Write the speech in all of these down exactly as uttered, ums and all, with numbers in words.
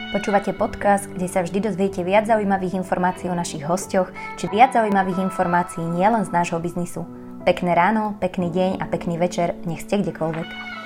Počúvate podcast, kde sa vždy dozviete viac zaujímavých informácií o našich hosťoch, či viac zaujímavých informácií nielen z nášho biznisu. Pekné ráno, pekný deň a pekný večer, nech ste kdekoľvek.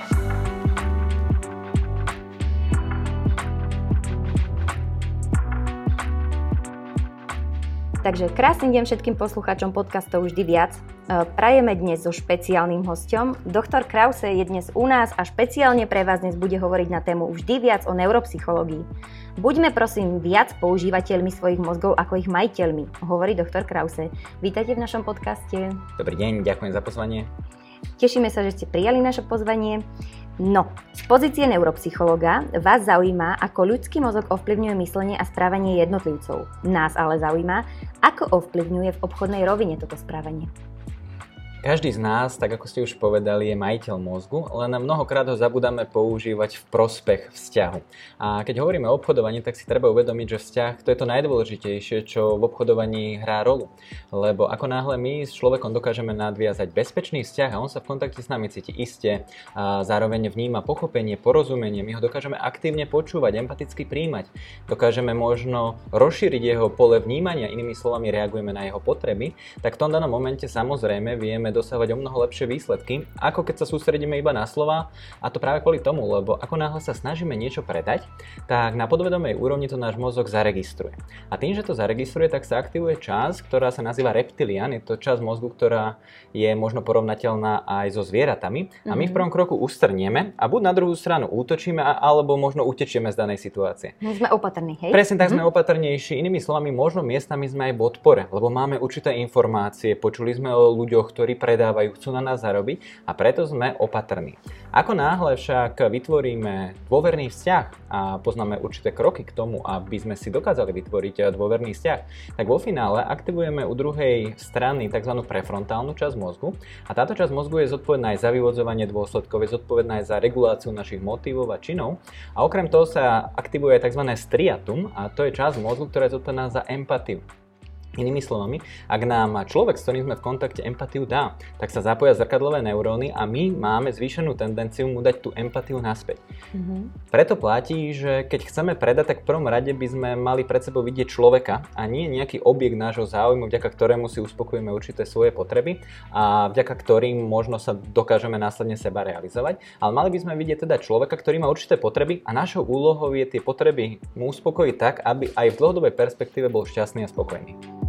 Takže krásny deň všetkým poslucháčom podcastov Vždy viac. Prajeme dnes so špeciálnym hosťom. Doktor Krause je dnes u nás a špeciálne pre vás dnes bude hovoriť na tému Vždy viac o neuropsychológii. Buďme prosím viac používateľmi svojich mozgov ako ich majiteľmi, hovorí doktor Krause. Vítajte v našom podcaste. Dobrý deň, ďakujem za pozvanie. Tešíme sa, že ste prijali naše pozvanie. No, z pozície neuropsychológa vás zaujíma, ako ľudský mozog ovplyvňuje myslenie a správanie jednotlivcov. Nás ale zaujíma, ako ovplyvňuje v obchodnej rovine toto správanie. Každý z nás, tak ako ste už povedali, je majiteľ mozgu, len mnohokrát ho zabudáme používať v prospech vzťahu. A keď hovoríme o obchodovaní, tak si treba uvedomiť, že vzťah to je to najdôležitejšie, čo v obchodovaní hrá rolu. Lebo ako náhle my s človekom dokážeme nadviazať bezpečný vzťah a on sa v kontakte s nami cíti iste, a zároveň vníma pochopenie, porozumenie, my ho dokážeme aktívne počúvať, empaticky príjmať, dokážeme možno rozšíriť jeho pole vnímania, inými slovami reagujeme na jeho potreby, tak v tom danom momente samozrejme vieme dosávať o mnoho lepšie výsledky, ako keď sa sústredíme iba na slova, a to práve kvôli tomu, lebo ako náhle sa snažíme niečo predať, tak na podvedomej úrovni to náš mozog zaregistruje. A tým, že to zaregistruje, tak sa aktivuje časť, ktorá sa nazýva reptilian, je to časť mozgu, ktorá je možno porovnateľná aj so zvieratami, a my v prvom kroku ustrnieme a buď na druhú stranu útočíme, alebo možno utečieme z danej situácie. My sme opatrní, hej? Presne tak, sme opatrnejší, inými slovami, možno miestami sme aj v odpore, lebo máme určité informácie, počuli sme o ľuďoch, ktorí predávajú, chcú na nás zarobiť, a preto sme opatrní. Ako náhle však vytvoríme dôverný vzťah a poznáme určité kroky k tomu, aby sme si dokázali vytvoriť dôverný vzťah, tak vo finále aktivujeme u druhej strany tzv. Prefrontálnu časť mozgu, a táto časť mozgu je zodpovedná aj za vyvodzovanie dôsledkov, je zodpovedná aj za reguláciu našich motívov a činov, a okrem toho sa aktivuje aj tzv. Striatum, a to je časť mozgu, ktorá je zodpovedná za empatiu. Inými slovami, ak nám človek, s ktorým sme v kontakte, empatiu dá, tak sa zapoja zrkadlové neuróny a my máme zvýšenú tendenciu mu dať tú empatiu naspäť. Mm-hmm. Preto platí, že keď chceme predať, tak v prvom rade by sme mali pred sebou vidieť človeka a nie nejaký objekt nášho záujmu, vďaka ktorému si uspokojíme určité svoje potreby a vďaka ktorým možno sa dokážeme následne seba realizovať. Ale mali by sme vidieť teda človeka, ktorý má určité potreby, a našou úlohou je tie potreby mu uspokojiť tak, aby aj v dlhodobej perspektíve bol šťastný a spokojný.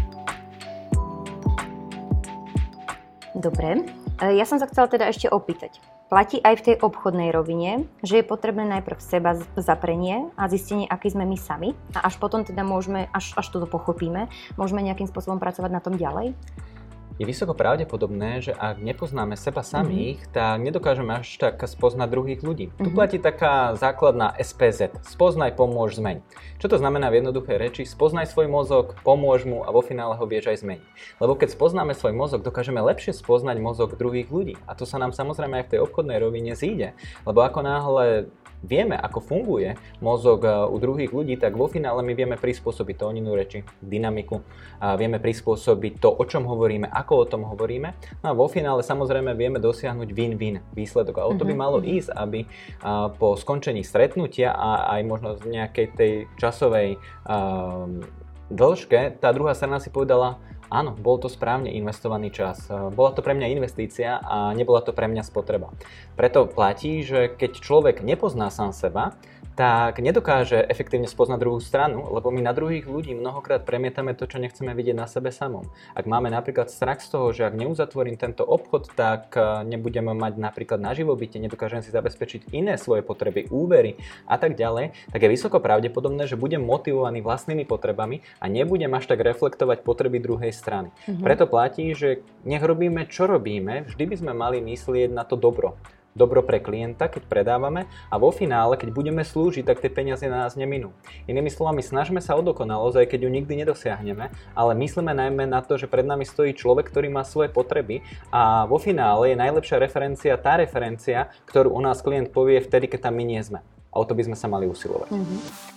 Dobre, ja som sa chcela teda ešte opýtať. Platí aj v tej obchodnej rovine, že je potrebné najprv seba zaprenie a zistenie, aký sme my sami, a až potom teda môžeme, až, až toto pochopíme, môžeme nejakým spôsobom pracovať na tom ďalej? Je vysoko pravdepodobné, že ak nepoznáme seba samých, mm-hmm. tak nedokážeme až tak spoznať druhých ľudí. Mm-hmm. Tu platí taká základná es pé zet. Spoznaj, pomôž, zmeň. Čo to znamená v jednoduchej reči? Spoznaj svoj mozog, pomôž mu a vo finále ho vieš aj zmeniť. Lebo keď spoznáme svoj mozog, dokážeme lepšie spoznať mozog druhých ľudí. A to sa nám samozrejme aj v tej obchodnej rovine zíde. Lebo ako náhle vieme, ako funguje mozog u druhých ľudí, tak vo finále my vieme prispôsobiť tóninu reči, dynamiku, a vieme prispôsobiť to, o čom hovoríme, ako o tom hovoríme. No a vo finále samozrejme vieme dosiahnuť win-win výsledok. A o to by malo ísť, aby po skončení stretnutia a aj možno z nejakej tej časovej um, dĺžke tá druhá strana si povedala: áno, bol to správne investovaný čas. Bola to pre mňa investícia a nebola to pre mňa spotreba. Preto platí, že keď človek nepozná sám seba, tak nedokáže efektívne spoznať druhú stranu, lebo my na druhých ľudí mnohokrát premietame to, čo nechceme vidieť na sebe samom. Ak máme napríklad strach z toho, že ak neuzatvorím tento obchod, tak nebudeme mať napríklad na živobytie, nedokážem si zabezpečiť iné svoje potreby, úvery a tak ďalej, tak je vysoko pravdepodobné, že budem motivovaný vlastnými potrebami a nebudem až tak reflektovať potreby druhej strany. Mhm. Preto platí, že nech robíme, čo robíme, vždy by sme mali myslieť na to dobro. Dobro pre klienta, keď predávame, a vo finále, keď budeme slúžiť, tak tie peniaze na nás neminú. Inými slovami, snažme sa o dokonalosť, aj keď ju nikdy nedosiahneme, ale myslíme najmä na to, že pred nami stojí človek, ktorý má svoje potreby, a vo finále je najlepšia referencia tá referencia, ktorú u nás klient povie vtedy, keď tam my nie sme. A o to by sme sa mali usilovať. Mm-hmm.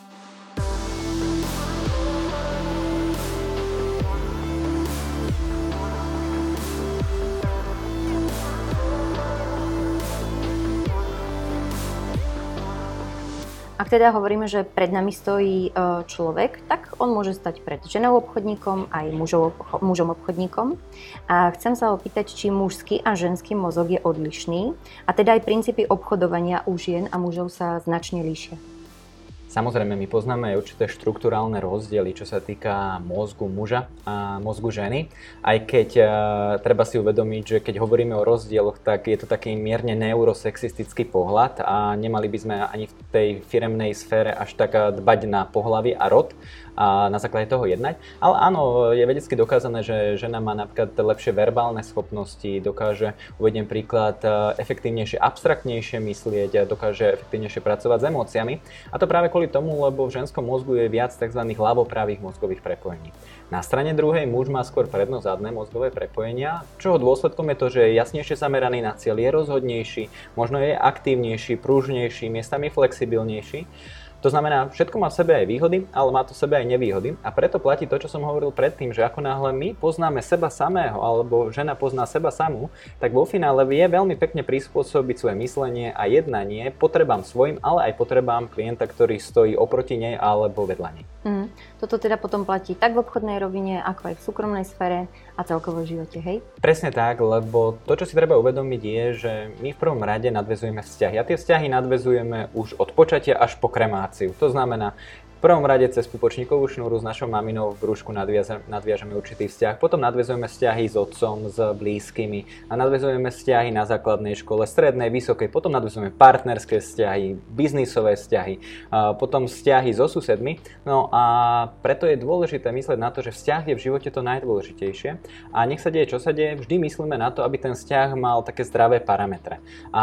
Ak teda hovoríme, že pred nami stojí človek, tak on môže stať pred ženou obchodníkom aj mužov, mužom obchodníkom. A chcem sa opýtať, či mužský a ženský mozog je odlišný a teda aj princípy obchodovania u žien a mužov sa značne líšia. Samozrejme, my poznáme aj určité štruktúrálne rozdiely, čo sa týka mozgu muža a mozgu ženy. Aj keď uh, treba si uvedomiť, že keď hovoríme o rozdieloch, tak je to taký mierne neurosexistický pohľad a nemali by sme ani v tej firemnej sfére až tak dbať na pohlavie a rod a na základe toho jednať. Ale áno, je vedecky dokázané, že žena má napríklad lepšie verbálne schopnosti, dokáže, uvediem príklad, efektívnejšie, abstraktnejšie myslieť, dokáže efektívnejšie pracovať s emóciami. A to práve kvôli tomu, lebo v ženskom mozgu je viac tzv. Ľavopravých mozgových prepojení. Na strane druhej muž má skôr predno-zadné mozgové prepojenia, čoho dôsledkom je to, že je jasnejšie zameraný na cieľ, je rozhodnejší, možno je aktívnejší, pružnejší, miestami flexibilnejší. To znamená, všetko má v sebe aj výhody, ale má to v sebe aj nevýhody a preto platí to, čo som hovoril predtým, že ako náhle my poznáme seba samého alebo žena pozná seba samú, tak vo finále vie veľmi pekne prispôsobiť svoje myslenie a jednanie potrebám svojim, ale aj potrebám klienta, ktorý stojí oproti nej alebo vedľa nej. Mm. Toto teda potom platí tak v obchodnej rovine, ako aj v súkromnej sfére a celkovo v živote, hej? Presne tak, lebo to, čo si treba uvedomiť je, že my v prvom rade nadväzujeme vzťahy a tie vzťahy nadväzujeme už od počatia až po kremáciu. To znamená, v prvom rade cez pupočníkovú šnúru s našou maminou v brúšku nadviažeme určitý vzťah, potom nadväzujeme vzťahy s otcom, s blízkymi a nadväzujeme vzťahy na základnej škole, strednej, vysokej, potom nadväzujeme partnerské vzťahy, biznisové vzťahy, potom vzťahy so susedmi. No a preto je dôležité myslieť na to, že vzťah je v živote to najdôležitejšie a nech sa deje, čo sa deje, vždy myslíme na to, aby ten vzťah mal také zdravé parametre.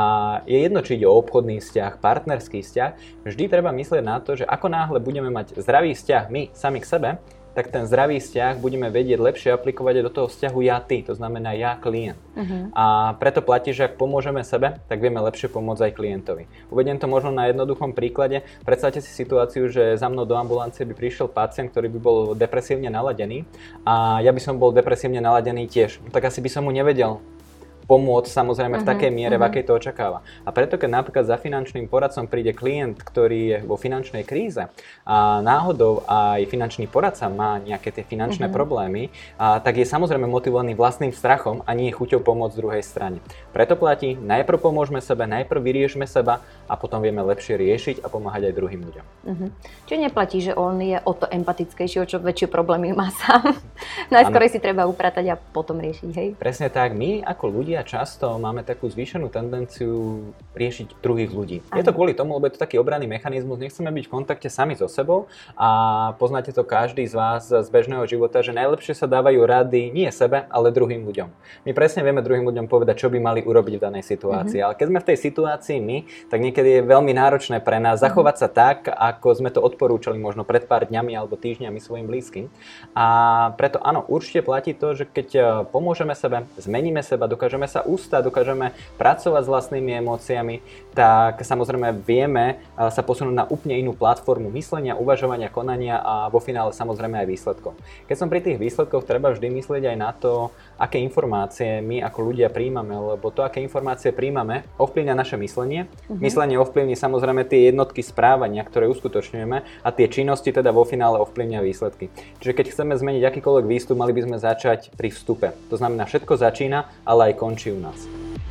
A je jedno, či ide o obchodný vzťah, partnerský vzťah, vždy treba myslieť na to, že ako náhle budeme mať zdravý vzťah my sami k sebe, tak ten zdravý vzťah budeme vedieť lepšie aplikovať aj do toho vzťahu ja-ty, to znamená ja klient. Uh-huh. A preto platí, že ak pomôžeme sebe, tak vieme lepšie pomôcť aj klientovi. Uvediem to možno na jednoduchom príklade. Predstavte si situáciu, že za mnou do ambulancie by prišiel pacient, ktorý by bol depresívne naladený a ja by som bol depresívne naladený tiež. Tak asi by som mu nevedel pomôcť samozrejme v takej miere, uh-huh. v akej to očakáva. A preto, keď napríklad za finančným poradcom príde klient, ktorý je vo finančnej kríze a náhodou aj finančný poradca má nejaké tie finančné uh-huh. problémy, a, tak je samozrejme motivovaný vlastným strachom a nie chuťou pomôcť druhej strane. Preto platí, najprv pomôžme sebe, najprv vyriešme seba a potom vieme lepšie riešiť a pomáhať aj druhým ľuďom. Uh-huh. Čiže neplatí, že on je o to empatickejší, o čo väčšie problémy má sám. Najskôr si treba upratať a potom riešiť, hej? Presne tak. My ako ľudia často máme takú zvýšenú tendenciu riešiť druhých ľudí. Aj. Je to kvôli tomu, lebo je to taký obranný mechanizmus, nechceme byť v kontakte sami so sebou a poznáte to každý z vás z bežného života, že najlepšie sa dávajú rady nie sebe, ale druhým ľuďom. My presne vieme druhým ľuďom povedať, čo by mali urobiť v danej situácii, mm-hmm. ale keď sme v tej situácii my, tak niekedy je veľmi náročné pre nás zachovať sa tak, ako sme to odporúčali možno pred pár dňami alebo týždňami svojim blízkym. A preto áno, určite platí to, že keď pomôžeme sebe, zmeníme seba, dokážeme sa ústať, dokážeme pracovať s vlastnými emóciami, tak samozrejme vieme sa posunúť na úplne inú platformu myslenia, uvažovania, konania a vo finále samozrejme aj výsledkov. Keď som pri tých výsledkoch, treba vždy myslieť aj na to, aké informácie my ako ľudia príjmame, lebo to, aké informácie príjmame, ovplyvňa naše myslenie. Mm-hmm. Myslenie ovplyvní samozrejme tie jednotky správania, ktoré uskutočňujeme a tie činnosti teda vo finále ovplyvňa výsledky. Čiže keď chceme zmeniť akýkoľvek výstup, mali by sme začať pri vstupe. To znamená, všetko začína, ale aj končí u nás.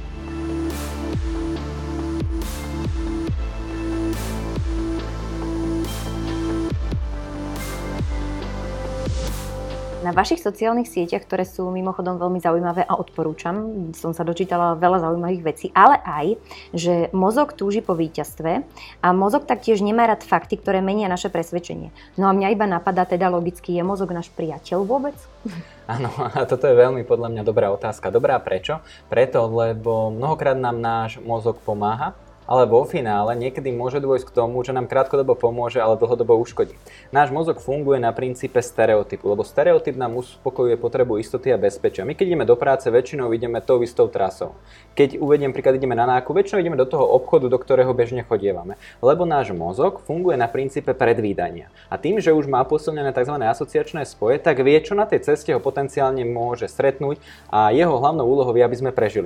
Na vašich sociálnych sieťach, ktoré sú mimochodom veľmi zaujímavé a odporúčam, som sa dočítala veľa zaujímavých vecí, ale aj, že mozog túži po víťazstve a mozog taktiež nemá rád fakty, ktoré menia naše presvedčenie. No a mňa iba napadá teda logicky, je mozog náš priateľ vôbec? Áno, a toto je veľmi podľa mňa dobrá otázka. Dobrá prečo? Preto, lebo mnohokrát nám náš mozog pomáha, ale vo finále niekedy môže dôjsť k tomu, že nám krátkodobo pomôže, ale dlhodobo uškodí. Náš mozog funguje na princípe stereotypu, lebo stereotyp nám uspokojuje potrebu istoty a bezpečia. My keď ideme do práce, väčšinou ideme tou istou trasou. Keď uvediem príklad, ideme na nákup, väčšinou ideme do toho obchodu, do ktorého bežne chodievame, lebo náš mozog funguje na princípe predvídania. A tým, že už má posilnené tzv. Asociačné spoje, tak vie, čo na tej ceste ho potenciálne môže stretnúť a jeho hlavnou úlohou je, aby sme prežili.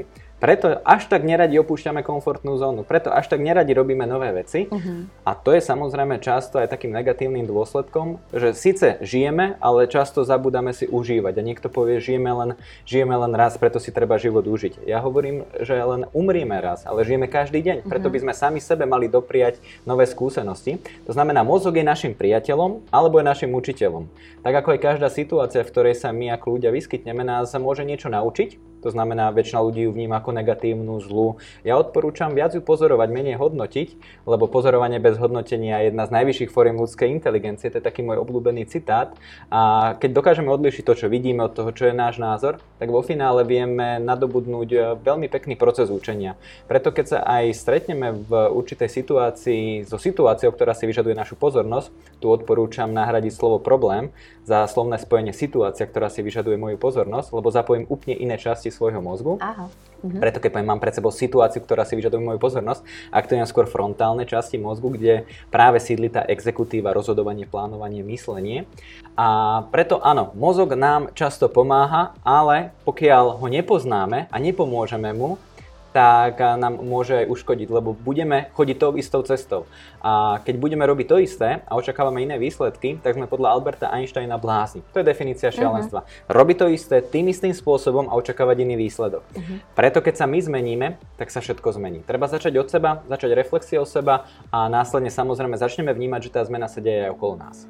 Preto až tak neradi opúšťame komfortnú zónu, preto až tak neradi robíme nové veci. Uh-huh. A to je samozrejme často aj takým negatívnym dôsledkom, že síce žijeme, ale často zabudáme si užívať. A niekto povie, žijeme len, žijeme len raz, preto si treba život užiť. Ja hovorím, že len umrieme raz, ale žijeme každý deň. Preto by sme sami sebe mali dopriať nové skúsenosti. To znamená, mozog je našim priateľom alebo je našim učiteľom. Tak ako je každá situácia, v ktorej sa my ako ľudia vyskytneme, nás môže niečo naučiť. To znamená, väčšina ľudí ju vníma ako negatívnu, zlú. Ja odporúčam viac ju pozorovať, menej hodnotiť, lebo pozorovanie bez hodnotenia je jedna z najvyšších foriem ľudskej inteligencie. To je taký môj obľúbený citát. A keď dokážeme odlišiť to, čo vidíme od toho, čo je náš názor, tak vo finále vieme nadobudnúť veľmi pekný proces učenia. Preto keď sa aj stretneme v určitej situácii so situáciou, ktorá si vyžaduje našu pozornosť, tu odporúčam nahradiť slovo problém za slovné spojenie situácia, ktorá si vyžaduje moju pozornosť, lebo zapojím úplne iné časti svojho mozgu. Aha. Mhm. Preto keď poviem, mám pred sebou situáciu, ktorá si vyžaduje moju pozornosť, aktuálne skôr frontálne časti mozgu, kde práve sídli tá exekutíva, rozhodovanie, plánovanie, myslenie. A preto áno, mozog nám často pomáha, ale pokiaľ ho nepoznáme a nepomôžeme mu, tak nám môže aj uškodiť, lebo budeme chodiť tou istou cestou. A keď budeme robiť to isté a očakávame iné výsledky, tak sme podľa Alberta Einsteina blázni. To je definícia šialenstva. Uh-huh. Robiť to isté tým istým spôsobom a očakávať iný výsledok. Uh-huh. Preto keď sa my zmeníme, tak sa všetko zmení. Treba začať od seba, začať reflexiou seba a následne samozrejme začneme vnímať, že tá zmena sa deje aj okolo nás.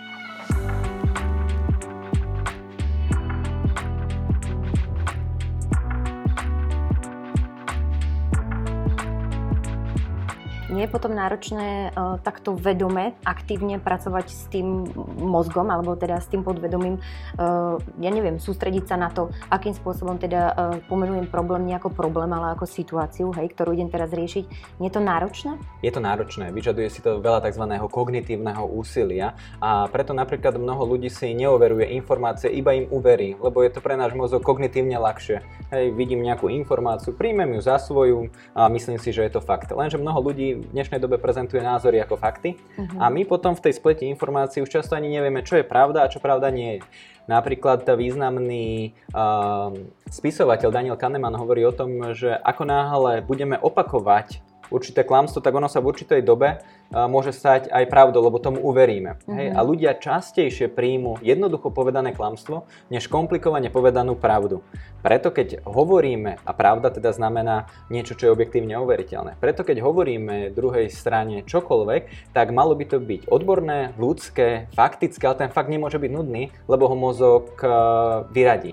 Nie je potom náročné uh, takto vedome, aktívne pracovať s tým mozgom, alebo teda s tým podvedomím, uh, ja neviem, sústrediť sa na to, akým spôsobom teda uh, pomenujem problém nie ako problém, ale ako situáciu, hej, ktorú idem teraz riešiť. Nie je to náročné? Je to náročné, vyžaduje si to veľa tzv. Kognitívneho úsilia a preto napríklad mnoho ľudí si neoveruje informácie, iba im uverí, lebo je to pre náš mozog kognitívne ľahšie. Hej, vidím nejakú informáciu, príjmem ju za svoju a myslím si, že je to fakt. Lenže mnoho ľudí v dnešnej dobe prezentuje názory ako fakty uh-huh. a my potom v tej spleti informácií už často ani nevieme, čo je pravda a čo pravda nie je. Napríklad významný uh, spisovateľ Daniel Kahneman hovorí o tom, že ako náhle budeme opakovať určité klamstvo, tak ono sa v určitej dobe uh, môže stať aj pravdou, lebo tomu uveríme. Mm-hmm. Hej? A ľudia častejšie príjmu jednoducho povedané klamstvo, než komplikovane povedanú pravdu. Preto keď hovoríme, a pravda teda znamená niečo, čo je objektívne overiteľné, preto keď hovoríme druhej strane čokoľvek, tak malo by to byť odborné, ľudské, faktické, ale ten fakt nemôže byť nudný, lebo ho mozog uh, vyradí.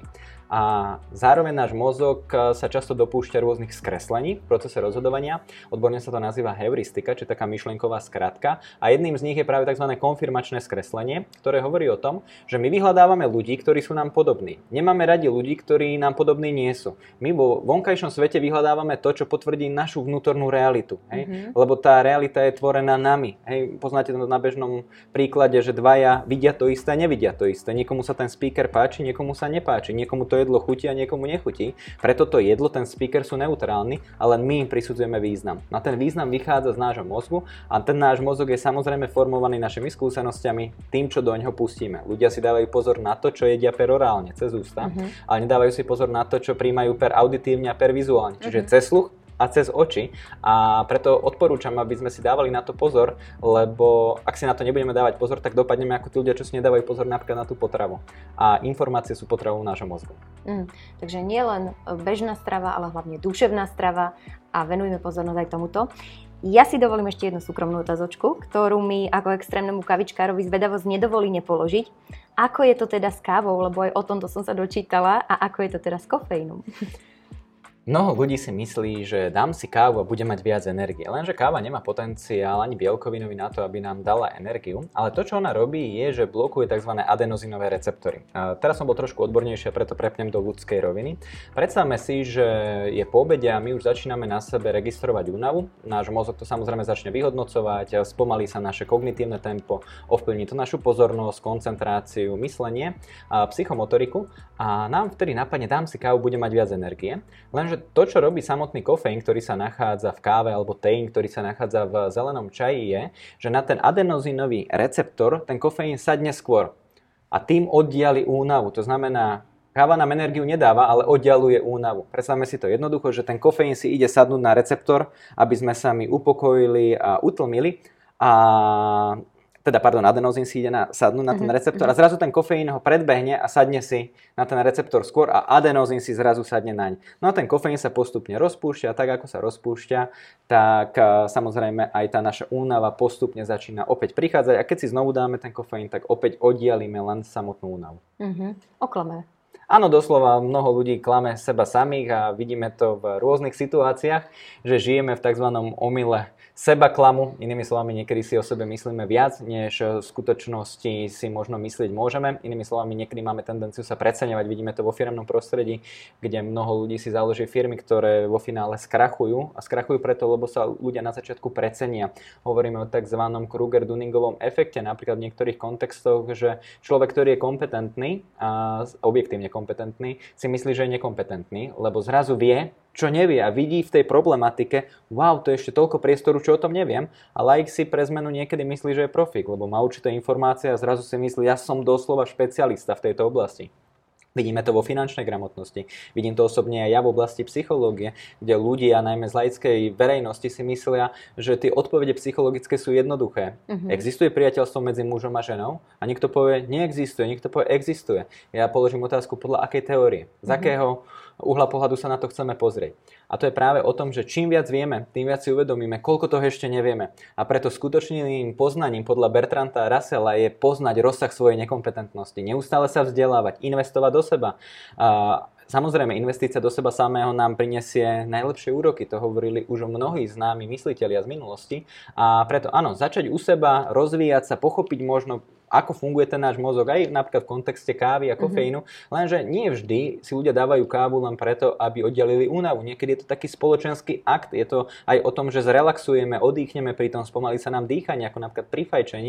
A zároveň náš mozog sa často dopúšťa rôznych skreslení v procese rozhodovania. Odborne sa to nazýva heuristika, či taká myšlienková skratka. A jedným z nich je práve tzv. Konfirmačné skreslenie, ktoré hovorí o tom, že my vyhľadávame ľudí, ktorí sú nám podobní. Nemáme radi ľudí, ktorí nám podobní nie sú. My vo vonkajšom svete vyhľadávame to, čo potvrdí našu vnútornú realitu. Hej? Mm-hmm. Lebo tá realita je tvorená nami. Hej? Poznáte to na bežnom príklade, že dvaja vidia to isté, nevidia to isté. Niekomu sa ten speaker páči, niekomu sa nepáči, niekomu to jedlo chutí a niekomu nechutí. Preto to jedlo, ten speaker sú neutrálni, ale my im prisudzujeme význam. A ten význam vychádza z nášho mozgu a ten náš mozog je samozrejme formovaný našimi skúsenosťami, tým, čo do ňoho pustíme. Ľudia si dávajú pozor na to, čo jedia perorálne, cez ústa, uh-huh. ale nedávajú si pozor na to, čo príjmajú per auditívne a per vizuálne, čiže uh-huh. cez sluch a cez oči. A preto odporúčam, aby sme si dávali na to pozor, lebo ak si na to nebudeme dávať pozor, tak dopadneme ako tí ľudia, čo si nedávajú pozor napríklad na tú potravu. A informácie sú potravou nášho mozgu. Mm, takže nie len bežná strava, ale hlavne duševná strava a venujeme pozornosť aj tomuto. Ja si dovolím ešte jednu súkromnú otázočku, ktorú mi ako extrémnemu kavičkárovi zvedavosť nedovolí nepoložiť. Ako je to teda s kávou, lebo aj o tomto som sa dočítala, a ako je to teda s kofeínom? Mnoho ľudí si myslí, že dám si kávu a budem mať viac energie. Lenže káva nemá potenciál ani bielkovinový na to, aby nám dala energiu. Ale to, čo ona robí, je, že blokuje tzv. Adenozinové receptory. A teraz som bol trošku odbornejší a preto prepnem do ľudskej roviny. Predstavme si, že je po obede a my už začíname na sebe registrovať únavu. Náš mozog to samozrejme začne vyhodnocovať, spomalí sa naše kognitívne tempo, ovplyvní to našu pozornosť, koncentráciu, myslenie, a psychomotoriku a nám vtedy napadne, dám si kávu, budem mať viac energie. Lenže to, čo robí samotný kofeín, ktorý sa nachádza v káve, alebo teín, ktorý sa nachádza v zelenom čaji, je, že na ten adenozínový receptor ten kofeín sadne skôr a tým oddiali únavu. To znamená, Káva nám energiu nedáva, ale oddialuje únavu. Predstavme si to jednoducho, že ten kofeín si ide sadnúť na receptor, aby sme sa my upokojili a utlmili. A teda, pardon, adenozín si ide na, sadnúť na ten receptor a zrazu ten kofeín ho predbehne a sadne si na ten receptor skôr a adenozín si zrazu sadne naň. No a ten kofeín sa postupne rozpúšťa, tak ako sa rozpúšťa, tak samozrejme aj tá naša únava postupne začína opäť prichádzať a keď si znovu dáme ten kofeín, tak opäť oddialíme len samotnú únavu. Uh-huh. Oklame. Áno, doslova mnoho ľudí klame seba samých a vidíme to v rôznych situáciách, že žijeme v tzv. Omyle seba klamu, inými slovami niekedy si o sebe myslíme viac, než v skutočnosti si možno myslieť môžeme. Inými slovami niekedy máme tendenciu sa preceňovať, vidíme to vo firemnom prostredí, kde mnoho ľudí si založí firmy, ktoré vo finále skrachujú a skrachujú preto, lebo sa ľudia na začiatku precenia. Hovoríme o tzv. Kruger-Dunningovom efekte, napríklad v niektorých kontextoch, že človek, ktorý je kompetentný a objektívne kompetentný, si myslí, že je nekompetentný, lebo zrazu vie, čo nevie a vidí v tej problematike, wow, to je ešte toľko priestoru, čo o tom neviem, a laik si pre zmenu niekedy myslí, že je profík, lebo má určité informácie a zrazu si myslí, ja som doslova špecialista v tejto oblasti. Vidíme to vo finančnej gramotnosti, vidím to osobne aj ja v oblasti psychológie, kde ľudia, najmä z laickej verejnosti, si myslia, že tie odpovede psychologické sú jednoduché. Uh-huh. Existuje priateľstvo medzi mužom a ženou? A niekto povie, neexistuje, niekto povie, existuje. Ja položím otázku, podľa akej teórie, z uh-huh. akého uhla pohľadu sa na to chceme pozrieť. A to je práve o tom, že čím viac vieme, tým viac si uvedomíme, koľko toho ešte nevieme. A preto skutočným poznaním podľa Bertranda Russella je poznať rozsah svojej nekompetentnosti, neustále sa vzdelávať, investovať do seba. A samozrejme, investícia do seba samého nám prinesie najlepšie úroky, to hovorili už mnohí známi myslitelia z minulosti. A preto áno, začať u seba, rozvíjať sa, pochopiť možno, ako funguje ten náš mozog, aj napríklad v kontexte kávy a kofeínu, mm-hmm. lenže nie vždy si ľudia dávajú kávu len preto, aby oddialili únavu. Niekedy je to taký spoločenský akt, je to aj o tom, že zrelaxujeme, oddychneme, pritom spomalí sa nám dýchanie, ako napríklad pri fajčení,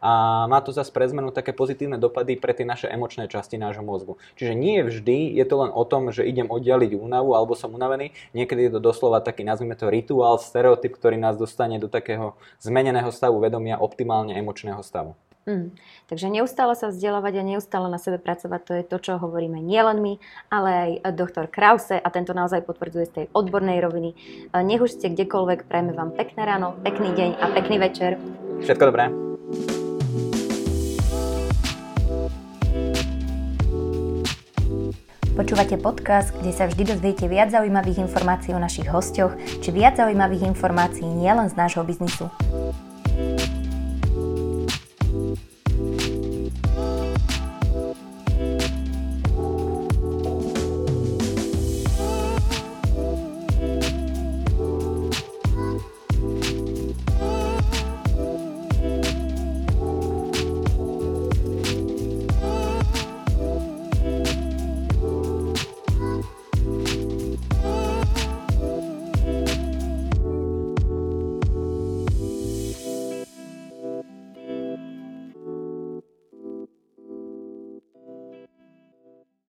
a má to zase pre zmenu také pozitívne dopady pre tie naše emočné časti nášho mozgu. Čiže nie vždy je to len o tom, že idem oddialiť únavu alebo som unavený, niekedy je to doslova taký, nazvime to rituál, stereotyp, ktorý nás dostane do takého zmeneného stavu vedomia, optimálne emočného stavu. Mm. Takže neustále sa vzdelávať a neustále na sebe pracovať, to je to, čo hovoríme nielen my, ale aj doktor Krause, a tento naozaj potvrdzuje z tej odbornej roviny. Nech už ste kdekoľvek, prajme vám pekné ráno, pekný deň a pekný večer. Všetko dobré. Počúvate podcast, kde sa vždy dozviete viac zaujímavých informácií o našich hosťoch, či viac zaujímavých informácií nielen z nášho biznisu.